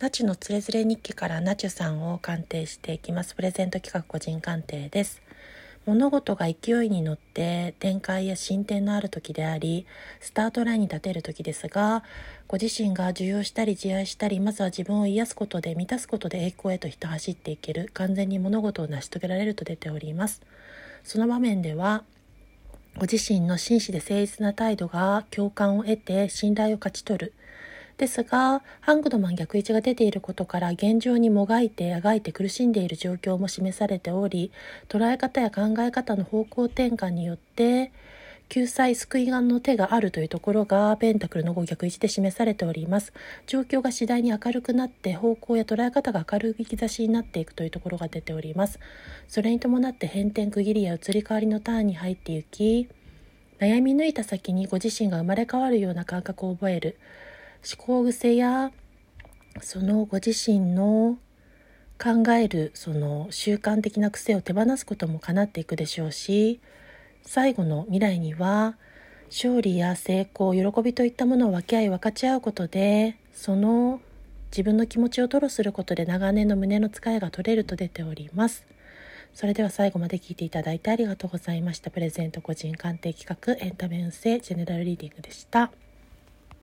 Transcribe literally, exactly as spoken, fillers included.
ナチュのつれづれ日記からナチュさんを鑑定していきます。プレゼント企画個人鑑定です。物事が勢いに乗って展開や進展のある時であり、スタートラインに立てる時ですが、ご自身が受容したり自愛したり、まずは自分を癒すことで満たすことで栄光へとひた走っていける、完全に物事を成し遂げられると出ております。その場面ではご自身の真摯で誠実な態度が共感を得て信頼を勝ち取る。ですが、ハングドマン逆位置が出ていることから、現状にもがいてあがいて苦しんでいる状況も示されており、捉え方や考え方の方向転換によって救済救いの手があるというところがペンタクルのご逆位置で示されております。状況が次第に明るくなって方向や捉え方が明るい兆しになっていくというところが出ております。それに伴って変転区切りや移り変わりのターンに入っていき、悩み抜いた先にご自身が生まれ変わるような感覚を覚える。思考癖やそのご自身の考えるその習慣的な癖を手放すことも叶っていくでしょうし、最後の未来には勝利や成功、喜びといったものを分け合い分かち合うことで、その自分の気持ちを吐露することで長年の胸の疲れが取れると出ております。それでは最後まで聞いていただいてありがとうございました。プレゼント個人鑑定企画エンタメ運勢ジェネラルリーディングでした。